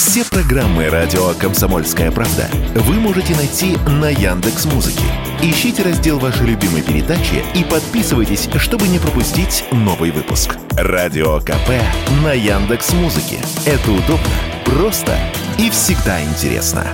Все программы радио «Комсомольская правда» вы можете найти на Яндекс.Музыке. Ищите раздел вашей любимой передачи и подписывайтесь, чтобы не пропустить новый выпуск. Радио КП на Яндекс.Музыке. Это удобно, просто и всегда интересно.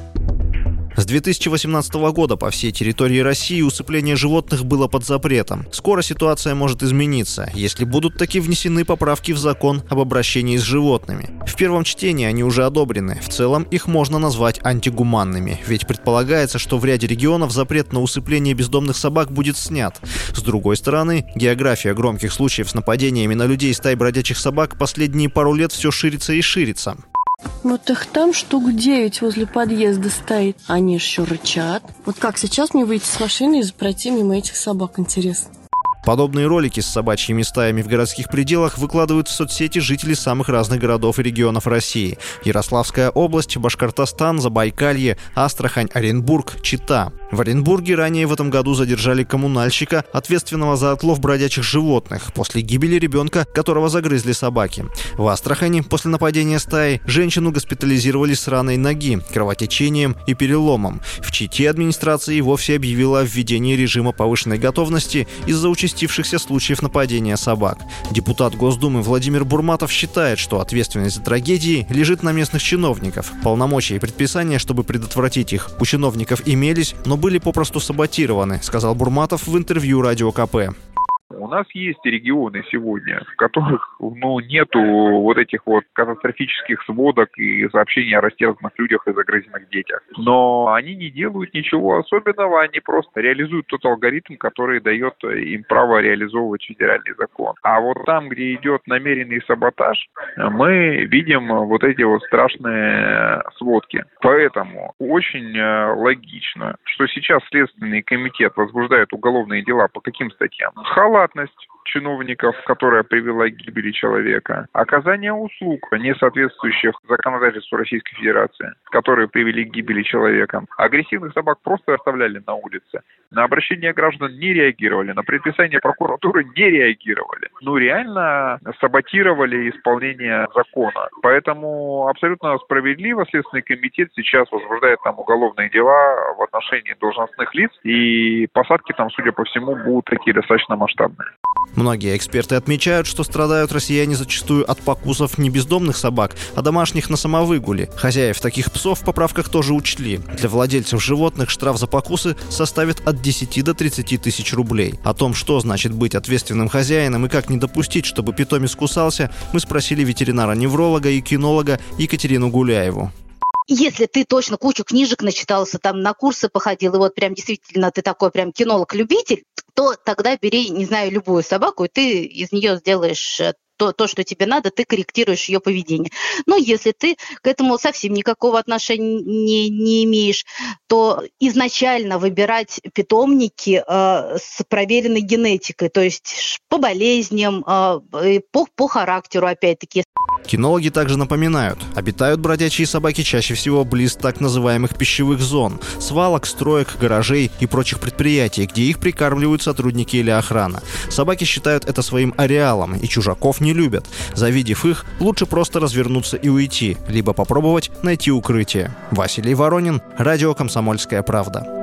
С 2018 года по всей территории России усыпление животных было под запретом. Скоро ситуация может измениться, если будут таки внесены поправки в закон об обращении с животными. В первом чтении они уже одобрены. В целом их можно назвать антигуманными, ведь предполагается, что в ряде регионов запрет на усыпление бездомных собак будет снят. С другой стороны, география громких случаев с нападениями на людей стай бродячих собак последние пару лет все ширится и ширится. Вот их там штук 9 возле подъезда стоит. Они еще рычат. Вот как сейчас мне выйти с машины и пройти мимо этих собак, интересно? Подобные ролики с собачьими стаями в городских пределах выкладывают в соцсети жители самых разных городов и регионов России. Ярославская область, Башкортостан, Забайкалье, Астрахань, Оренбург, Чита. В Оренбурге ранее в этом году задержали коммунальщика, ответственного за отлов бродячих животных, после гибели ребенка, которого загрызли собаки. В Астрахани после нападения стаи женщину госпитализировали с раной ноги, кровотечением и переломом. В Чите администрация и вовсе объявила о введении режима повышенной готовности из-за участившихся случаев нападения собак. Депутат Госдумы Владимир Бурматов считает, что ответственность за трагедии лежит на местных чиновников. Полномочия и предписания, чтобы предотвратить их, у чиновников имелись, но были попросту саботированы, сказал Бурматов в интервью Радио КП. У нас есть регионы сегодня, в которых нету вот этих вот катастрофических сводок и сообщений о растерзанных людях и загрызенных детях. Но они не делают ничего особенного, они просто реализуют тот алгоритм, который дает им право реализовывать федеральный закон. А вот там, где идет намеренный саботаж, мы видим вот эти вот страшные сводки. Поэтому очень логично, что сейчас Следственный комитет возбуждает уголовные дела по каким статьям? Халатность чиновников, которая привела к гибели человека, оказание услуг, не соответствующих законодательству Российской Федерации, которые привели к гибели человека. Агрессивных собак просто оставляли на улице. На обращения граждан не реагировали, на предписания прокуратуры не реагировали. Реально саботировали исполнение закона. Поэтому абсолютно справедливо Следственный комитет сейчас возбуждает там уголовные дела в отношении должностных лиц, и посадки там, судя по всему, будут такие достаточно масштабные. Многие эксперты отмечают, что страдают россияне зачастую от покусов не бездомных собак, а домашних на самовыгуле. Хозяев таких псов в поправках тоже учли. Для владельцев животных штраф за покусы составит от 10 до 30 тысяч рублей. О том, что значит быть ответственным хозяином и как не допустить, чтобы питомец кусался, мы спросили ветеринара-невролога и кинолога Екатерину Гуляеву. Если ты точно кучу книжек начитался, там на курсы походил, и вот прям действительно ты такой прям кинолог-любитель, то тогда бери, не знаю, любую собаку, и ты из нее сделаешь то, что тебе надо, ты корректируешь ее поведение. Но если ты к этому совсем никакого отношения не имеешь, то изначально выбирать питомники с проверенной генетикой, то есть по болезням, по характеру, опять-таки. Кинологи также напоминают, обитают бродячие собаки чаще всего близ так называемых пищевых зон, свалок, строек, гаражей и прочих предприятий, где их прикармливают сотрудники или охрана. Собаки считают это своим ареалом и чужаков не любят. Завидев их, лучше просто развернуться и уйти, либо попробовать найти укрытие. Василий Воронин, Радио «Комсомольская правда».